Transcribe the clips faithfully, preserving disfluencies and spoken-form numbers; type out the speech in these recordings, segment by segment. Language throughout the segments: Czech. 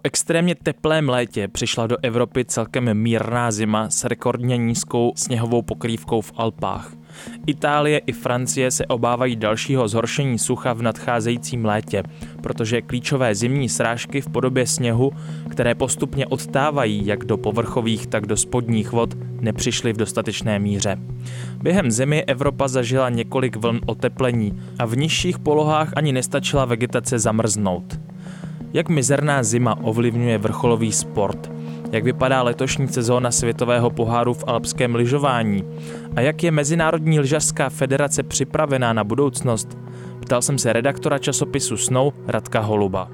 extrémně teplém létě přišla do Evropy celkem mírná zima s rekordně nízkou sněhovou pokrývkou v Alpách. Itálie i Francie se obávají dalšího zhoršení sucha v nadcházejícím létě, protože klíčové zimní srážky v podobě sněhu, které postupně odtávají jak do povrchových, tak do spodních vod, nepřišly v dostatečné míře. Během zimy Evropa zažila několik vln oteplení a v nižších polohách ani nestačila vegetace zamrznout. Jak mizerná zima ovlivňuje vrcholový sport? Jak vypadá letošní sezóna světového poháru v alpském lyžování? A jak je Mezinárodní lyžařská federace připravená na budoucnost? Ptal jsem se redaktora časopisu Snow Radka Holuba.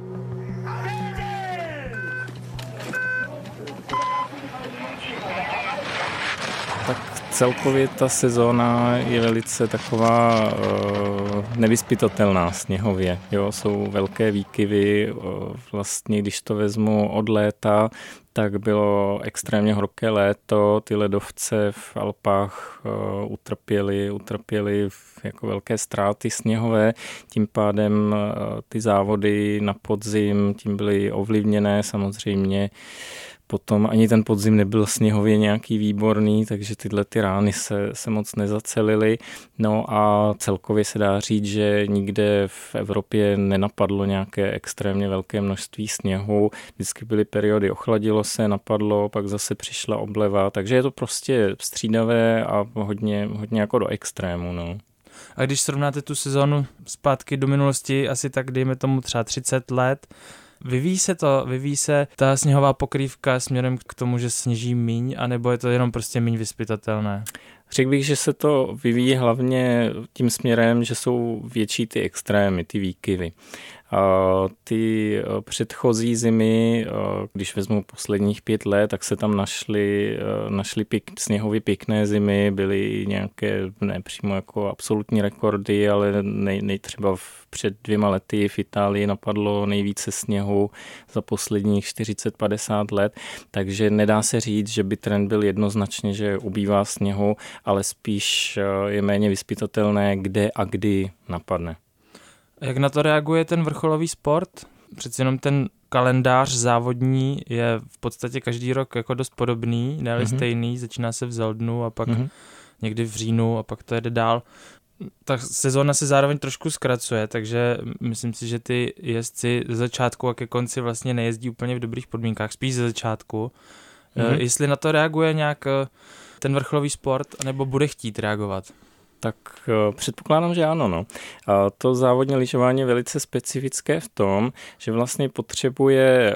Celkově ta sezóna je velice taková uh, nevyzpytatelná sněhově. Jo? Jsou velké výkyvy, uh, vlastně když to vezmu od léta, tak bylo extrémně horké léto, ty ledovce v Alpách uh, utrpěly, utrpěly jako velké ztráty sněhové, tím pádem uh, ty závody na podzim tím byly ovlivněné samozřejmě. Potom ani ten podzim nebyl sněhově nějaký výborný, takže tyhle ty rány se, se moc nezacelily. No a celkově se dá říct, že nikde v Evropě nenapadlo nějaké extrémně velké množství sněhu. Vždycky byly periody, ochladilo se, napadlo, pak zase přišla obleva, takže je to prostě střídavé a hodně, hodně jako do extrému. No. A když srovnáte tu sezónu zpátky do minulosti, asi tak dejme tomu třeba třicet let, Vyvíjí se to, vyvíjí se ta sněhová pokrývka směrem k tomu, že sněží míň, anebo je to jenom prostě míň vyzpytatelné? Řekl bych, že se to vyvíjí hlavně tím směrem, že jsou větší ty extrémy, ty výkyvy. Ty předchozí zimy, když vezmu posledních pět let, tak se tam našly, našly pěk, sněhově pěkné zimy, byly nějaké, ne přímo jako absolutní rekordy, ale nej, nej třeba v, před dvěma lety v Itálii napadlo nejvíce sněhu za posledních čtyřicet padesát let, takže nedá se říct, že by trend byl jednoznačně, že ubývá sněhu, ale spíš je méně vyzpytatelné, kde a kdy napadne. Jak na to reaguje ten vrcholový sport? Přeci jenom ten kalendář závodní je v podstatě každý rok jako dost podobný, ne-li mm-hmm. stejný, začíná se v Zeldnu a pak mm-hmm. někdy v říjnu a pak to jede dál. Ta sezóna se zároveň trošku zkracuje, takže myslím si, že ty jezdci ze začátku a ke konci vlastně nejezdí úplně v dobrých podmínkách, spíš ze začátku. Mm-hmm. Jestli na to reaguje nějak ten vrcholový sport, nebo bude chtít reagovat? Tak předpokládám, že ano. No. A to závodní lyžování je velice specifické v tom, že vlastně potřebuje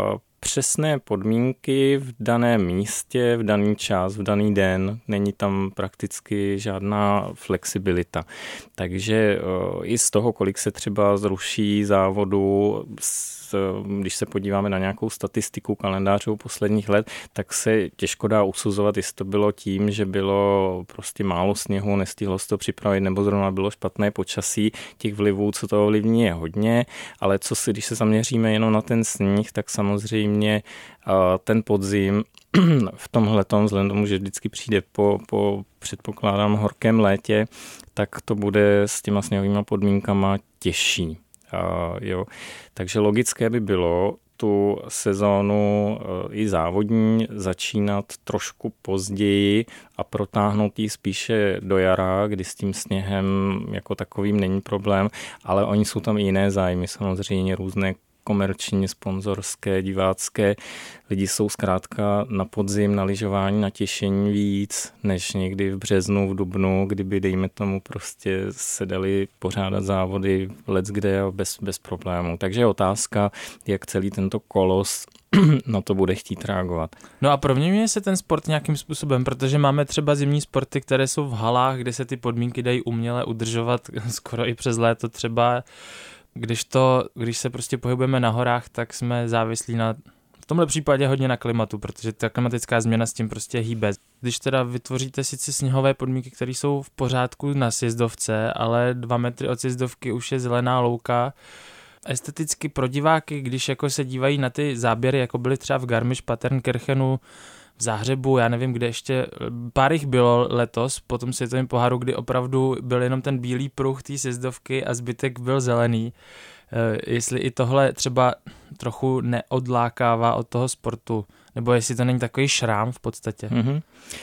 přesné podmínky v daném místě, v daný čas, v daný den. Není tam prakticky žádná flexibilita. Takže i z toho, kolik se třeba zruší závodu, když se podíváme na nějakou statistiku kalendářů posledních let, tak se těžko dá usuzovat, jestli to bylo tím, že bylo prostě málo sněhu, nestihlo se to připravit, nebo zrovna bylo špatné počasí. Těch vlivů, co to ovlivní, je hodně, ale co si, když se zaměříme jenom na ten sníh, tak samozřejmě ten podzim v tomhletom, vzhledem tomu, že vždycky přijde po, po předpokládám horkém létě, tak to bude s těma sněhovými podmínkama těžší. Uh, jo. Takže logické by bylo tu sezónu uh, i závodní začínat trošku později a protáhnout ji spíše do jara, kdy s tím sněhem jako takovým není problém, ale oni jsou tam i jiné zájmy, samozřejmě různé komerční, sponzorské, divácké. Lidi jsou zkrátka na podzim, na lyžování, na těšení víc, než někdy v březnu, v dubnu, kdyby, dejme tomu, prostě se dali pořádat závody leckde a bez, bez problémů. Takže je otázka, jak celý tento kolos na to bude chtít reagovat. No a proměňuje se ten sport nějakým způsobem, protože máme třeba zimní sporty, které jsou v halách, kde se ty podmínky dají uměle udržovat skoro i přes léto třeba. Když to, když se prostě pohybujeme na horách, tak jsme závislí na, v tomhle případě hodně na klimatu, protože ta klimatická změna s tím prostě hýbe. Když teda vytvoříte sice sněhové podmínky, které jsou v pořádku na sjezdovce, ale dva metry od sjezdovky už je zelená louka, esteticky pro diváky, když jako se dívají na ty záběry, jako byly třeba v Garmisch-Partenkirchenu, v Záhřebu, já nevím, kde ještě, pár jich bylo letos po tom světovém poháru, kdy opravdu byl jenom ten bílý pruh té sjezdovky a zbytek byl zelený. jestli i tohle třeba trochu neodlákává od toho sportu, nebo jestli to není takový šrám v podstatě. Mm-hmm.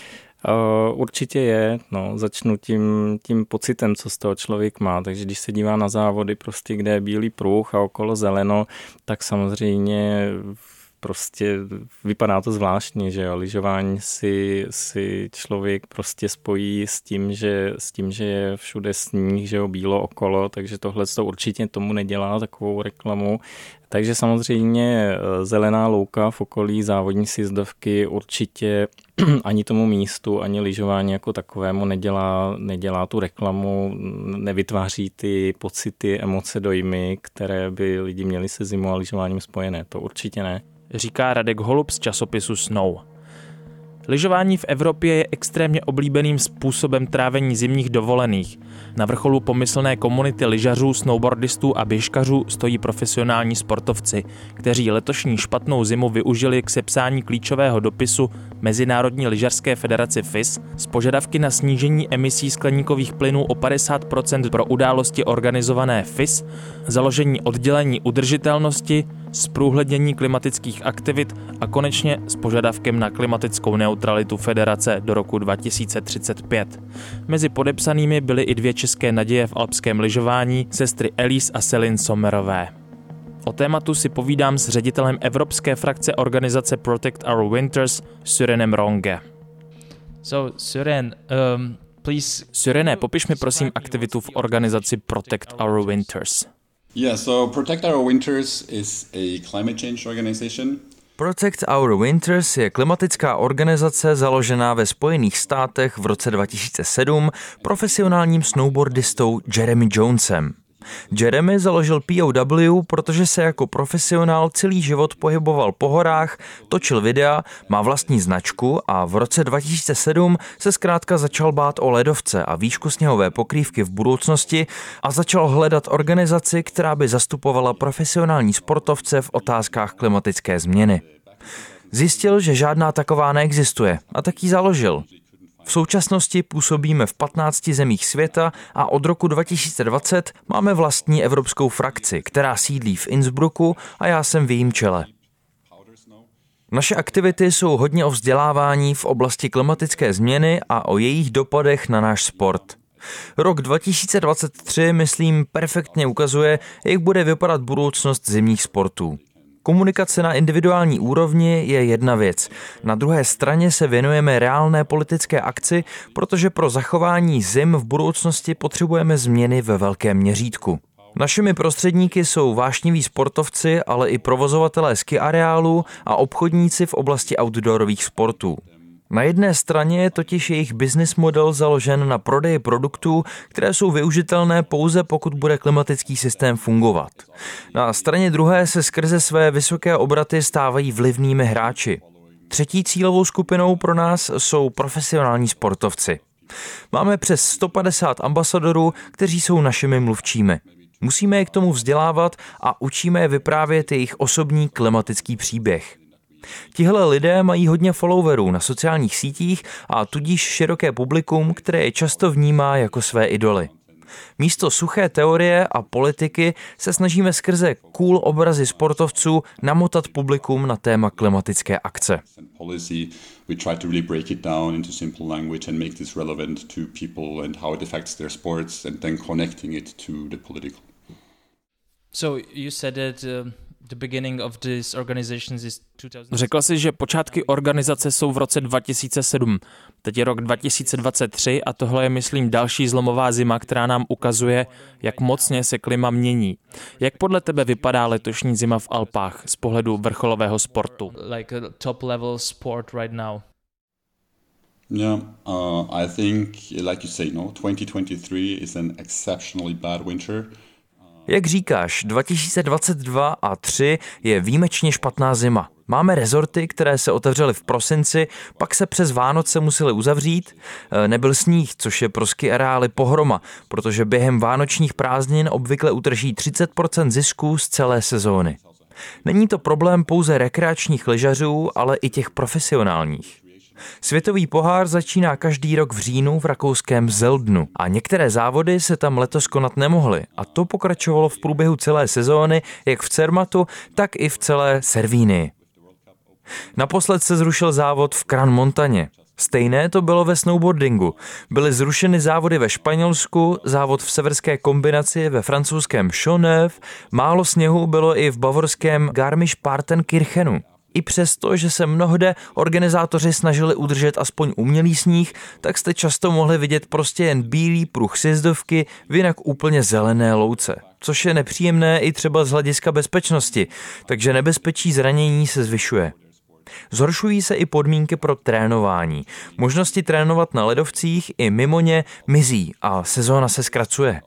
Uh, určitě je, no, začnu tím, tím pocitem, co z toho člověk má, takže když se dívá na závody, prostě kde je bílý pruh a okolo zeleno, tak samozřejmě prostě vypadá to zvláštně, že jo, lyžování si, si člověk prostě spojí s tím, že, s tím, že je všude sníh, že jo, bílo okolo, takže tohle to určitě tomu nedělá takovou reklamu. Takže samozřejmě zelená louka v okolí závodní sjezdovky určitě ani tomu místu, ani lyžování jako takovému nedělá, nedělá tu reklamu, nevytváří ty pocity, emoce, dojmy, které by lidi měli se zimou a lyžováním spojené. To určitě ne. Říká Radek Holub z časopisu Snow. Lyžování v Evropě je extrémně oblíbeným způsobem trávení zimních dovolených. Na vrcholu pomyslné komunity lyžařů, snowboardistů a běžkařů stojí profesionální sportovci, kteří letošní špatnou zimu využili k sepsání klíčového dopisu Mezinárodní lyžařské federaci F I S s požadavky na snížení emisí skleníkových plynů o padesát procent pro události organizované F I S, založení oddělení udržitelnosti, zprůhlednění klimatických aktivit a konečně s požadavkem na klimatickou neutralitu federace do roku dva tisíce třicet pět. Mezi podepsanými byly i dvě české naděje v alpském lyžování, sestry Elise a Céline Sommerové. O tématu si povídám s ředitelem evropské frakce organizace Protect Our Winters, Sørenem Ronge. So, Søren, um, please... Sørene, popiš mi prosím aktivitu v organizaci Protect Our Winters. Yeah, so Protect Our Winters is a climate change organization. Protect Our Winters je klimatická organizace založená ve Spojených státech v roce dva tisíce sedm profesionálním snowboardistou Jeremy Jonesem. Jeremy založil P O W, protože se jako profesionál celý život pohyboval po horách, točil videa, má vlastní značku a v roce dva tisíce sedm se zkrátka začal bát o ledovce a výšku sněhové pokrývky v budoucnosti a začal hledat organizaci, která by zastupovala profesionální sportovce v otázkách klimatické změny. Zjistil, že žádná taková neexistuje a tak ji založil. V současnosti působíme v patnácti zemích světa a od roku dva tisíce dvacet máme vlastní evropskou frakci, která sídlí v Innsbrucku a já jsem v jejím čele. Naše aktivity jsou hodně o vzdělávání v oblasti klimatické změny a o jejich dopadech na náš sport. Rok dva tisíce dvacet tři, myslím, perfektně ukazuje, jak bude vypadat budoucnost zimních sportů. Komunikace na individuální úrovni je jedna věc. Na druhé straně se věnujeme reálné politické akci, protože pro zachování zim v budoucnosti potřebujeme změny ve velkém měřítku. Našimi prostředníky jsou vášniví sportovci, ale i provozovatelé ski areálů a obchodníci v oblasti outdoorových sportů. Na jedné straně je totiž jejich business model založen na prodeji produktů, které jsou využitelné pouze pokud bude klimatický systém fungovat. Na straně druhé se skrze své vysoké obraty stávají vlivnými hráči. Třetí cílovou skupinou pro nás jsou profesionální sportovci. Máme přes sto padesát ambasadorů, kteří jsou našimi mluvčími. Musíme je k tomu vzdělávat a učíme je vyprávět jejich osobní klimatický příběh. Tihle lidé mají hodně followerů na sociálních sítích a tudíž široké publikum, které je často vnímá jako své idoly. Místo suché teorie a politiky se snažíme skrze cool obrazy sportovců namotat publikum na téma klimatické akce. We try to really break it down into simple language and make this relevant to people and how it affects their sports and then connecting it to the political. So you said that uh... Řekl jsi, že počátky organizace jsou v roce dva tisíce sedm. Teď je rok dva tisíce dvacet tři a tohle je, myslím, další zlomová zima, která nám ukazuje, jak mocně se klima mění. Jak podle tebe vypadá letošní zima v Alpách z pohledu vrcholového sportu? Like a top level sport right now. Yeah, uh, I think, like you say, no, twenty twenty-three is an exceptionally bad winter. Jak říkáš, dva tisíce dvacet dva a tři je výjimečně špatná zima. Máme rezorty, které se otevřely v prosinci, pak se přes Vánoce musely uzavřít. Nebyl sníh, což je pro ski areály pohroma, protože během vánočních prázdnin obvykle utrží třicet procent zisků z celé sezóny. Není to problém pouze rekreačních lyžařů, ale i těch profesionálních. Světový pohár začíná každý rok v říjnu v rakouském Zeldnu a některé závody se tam letos konat nemohly a to pokračovalo v průběhu celé sezóny jak v Zermattu, tak i v celé Cervínii. Naposled se zrušil závod v Crans-Montagne. Stejné to bylo ve snowboardingu. Byly zrušeny závody ve Španělsku, závod v severské kombinaci ve francouzském Chaux-Neuve, málo sněhu bylo i v bavorském Garmisch-Partenkirchenu. I přesto, že se mnohde organizátoři snažili udržet aspoň umělý sníh, tak jste často mohli vidět prostě jen bílý pruh sjezdovky v jinak úplně zelené louce, což je nepříjemné i třeba z hlediska bezpečnosti, takže nebezpečí zranění se zvyšuje. Zhoršují se i podmínky pro trénování. Možnosti trénovat na ledovcích i mimo ně mizí a sezóna se zkracuje.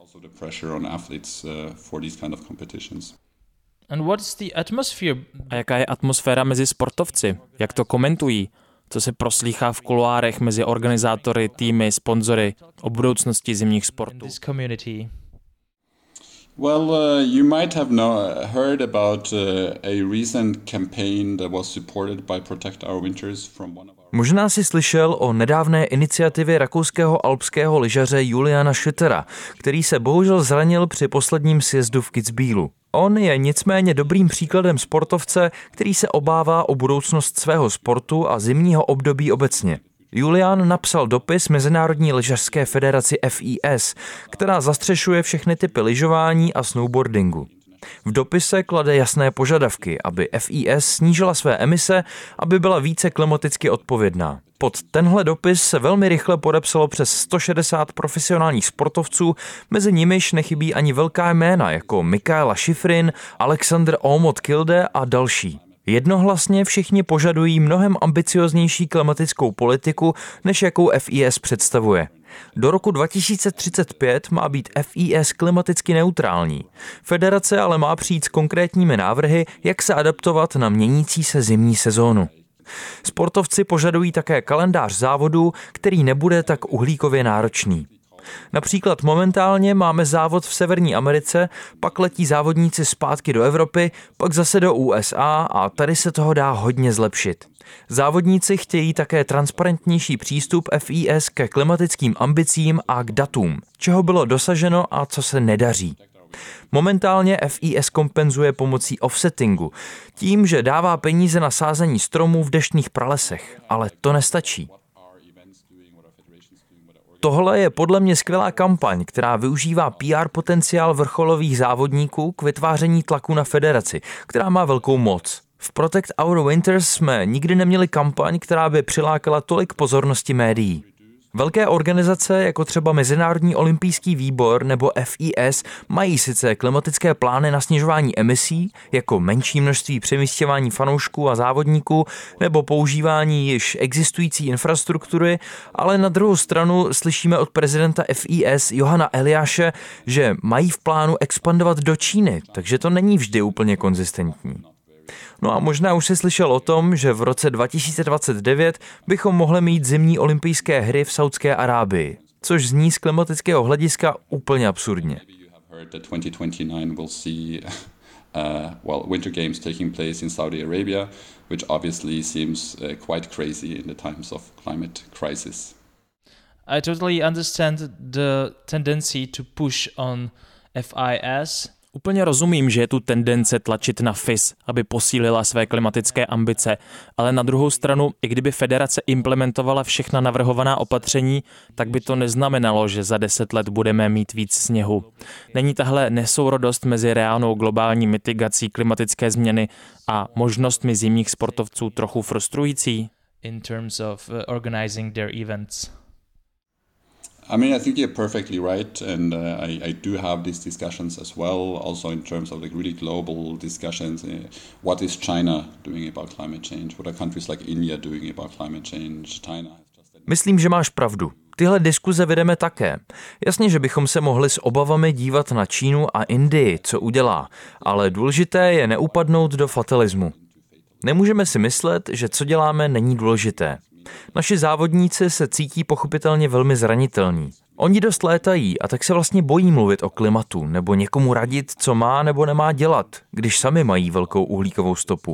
And what is the atmosphere? A jaká je atmosféra mezi sportovci? Jak to komentují? Co se proslýchá v kuloárech mezi organizátory, týmy, sponzory o budoucnosti zimních sportů? Well, uh, you might have no, heard about uh, a recent campaign that was supported by Protect Our Winters from one of our... Možná si slyšel o nedávné iniciativě rakouského alpského lyžaře Juliana Schüttera, který se bohužel zranil při posledním sjezdu v Kitzbühelu. On je nicméně dobrým příkladem sportovce, který se obává o budoucnost svého sportu a zimního období obecně. Julian napsal dopis Mezinárodní lyžařské federaci F I S, která zastřešuje všechny typy lyžování a snowboardingu. V dopise klade jasné požadavky, aby F I S snížila své emise, aby byla více klimaticky odpovědná. Pod tenhle dopis se velmi rychle podepsalo přes sto šedesát profesionálních sportovců, mezi nimiž nechybí ani velká jména jako Mikaela Shiffrin, Alexander Omot Kilde a další. Jednohlasně všichni požadují mnohem ambicioznější klimatickou politiku, než jakou F I S představuje. Do roku dva tisíce třicet pět má být F I S klimaticky neutrální. Federace ale má přijít s konkrétními návrhy, jak se adaptovat na měnící se zimní sezónu. Sportovci požadují také kalendář závodů, který nebude tak uhlíkově náročný. Například momentálně máme závod v Severní Americe, pak letí závodníci zpátky do Evropy, pak zase do U S A a tady se toho dá hodně zlepšit. Závodníci chtějí také transparentnější přístup F I S ke klimatickým ambicím a k datům, čeho bylo dosaženo a co se nedaří. Momentálně F I S kompenzuje pomocí offsettingu, tím, že dává peníze na sázení stromů v deštných pralesech, ale to nestačí. Tohle je podle mě skvělá kampaň, která využívá P R potenciál vrcholových závodníků k vytváření tlaku na federaci, která má velkou moc. V Protect Our Winters jsme nikdy neměli kampaň, která by přilákala tolik pozornosti médií. Velké organizace, jako třeba Mezinárodní olympijský výbor nebo F I S, mají sice klimatické plány na snižování emisí, jako menší množství přemístěvání fanoušků a závodníků nebo používání již existující infrastruktury, ale na druhou stranu slyšíme od prezidenta F I S Johana Eliáše, že mají v plánu expandovat do Číny, takže to není vždy úplně konzistentní. No a možná už jsi slyšel o tom, že v roce dva tisíce dvacet devět bychom mohli mít zimní olympijské hry v Saudské Arábii, což zní z klimatického hlediska úplně absurdně. I totally understand the tendency to push on F I S. Úplně rozumím, že je tu tendence tlačit na F I S, aby posílila své klimatické ambice, ale na druhou stranu, i kdyby federace implementovala všechna navrhovaná opatření, tak by to neznamenalo, že za deset let budeme mít víc sněhu. Není tahle nesourodost mezi reálnou globální mitigací klimatické změny a možnostmi zimních sportovců trochu frustrující? In terms of organizing their events. I mean, I think you're perfectly right, and uh, I, I do have these discussions as well, also in terms of like really global discussions. Uh, what is China doing about climate change? What are countries like India doing about climate change? China. Myslím, že máš pravdu. Tyhle diskuze vedeme také. Jasně, že bychom se mohli s obavami dívat na Čínu a Indii, co udělá, ale důležité je neupadnout do fatalismu. Nemůžeme si myslet, že co děláme není důležité. Naši závodníci se cítí pochopitelně velmi zranitelní. Oni dost létají a tak se vlastně bojí mluvit o klimatu nebo někomu radit, co má nebo nemá dělat, když sami mají velkou uhlíkovou stopu.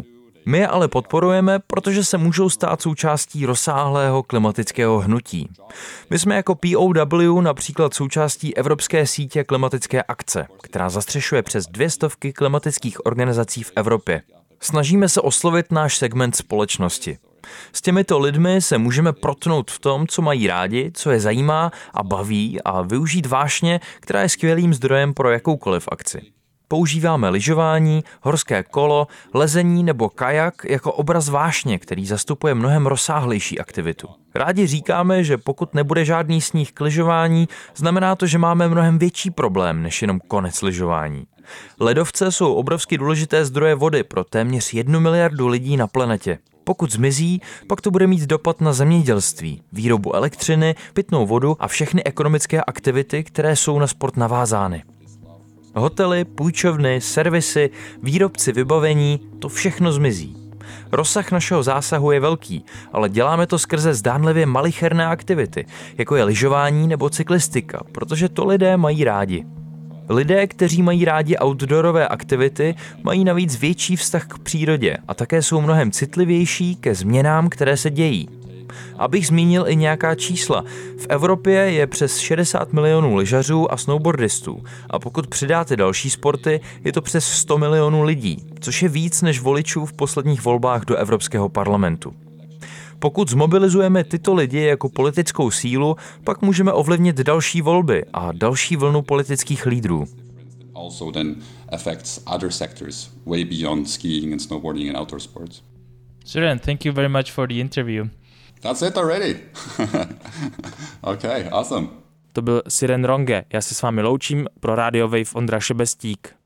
My je ale podporujeme, protože se můžou stát součástí rozsáhlého klimatického hnutí. My jsme jako P O W například součástí Evropské sítě klimatické akce, která zastřešuje přes dvě stovky klimatických organizací v Evropě. Snažíme se oslovit náš segment společnosti. S těmito lidmi se můžeme protnout v tom, co mají rádi, co je zajímá a baví a využít vášně, která je skvělým zdrojem pro jakoukoliv akci. Používáme lyžování, horské kolo, lezení nebo kajak jako obraz vášně, který zastupuje mnohem rozsáhlejší aktivitu. Rádi říkáme, že pokud nebude žádný sníh k lyžování, znamená to, že máme mnohem větší problém než jenom konec lyžování. Ledovce jsou obrovsky důležité zdroje vody pro téměř jednu miliardu lidí na planetě. Pokud zmizí, pak to bude mít dopad na zemědělství, výrobu elektřiny, pitnou vodu a všechny ekonomické aktivity, které jsou na sport navázány. Hotely, půjčovny, servisy, výrobci vybavení, to všechno zmizí. Rozsah našeho zásahu je velký, ale děláme to skrze zdánlivě malicherné aktivity, jako je lyžování nebo cyklistika, protože to lidé mají rádi. Lidé, kteří mají rádi outdoorové aktivity, mají navíc větší vztah k přírodě a také jsou mnohem citlivější ke změnám, které se dějí. Abych zmínil i nějaká čísla, v Evropě je přes šedesát milionů lyžařů a snowboardistů a pokud přidáte další sporty, je to přes sto milionů lidí, což je víc než voličů v posledních volbách do Evropského parlamentu. Pokud zmobilizujeme tyto lidi jako politickou sílu, pak můžeme ovlivnit další volby a další vlnu politických lídrů. Also then affects other sectors way beyond skiing and snowboarding and outdoor sports. Siren, thank you very much for the interview. That's it already. Okay, awesome. To byl Siren Ronge. Já se s vámi loučím, pro Radio Wave Ondra Šebestík.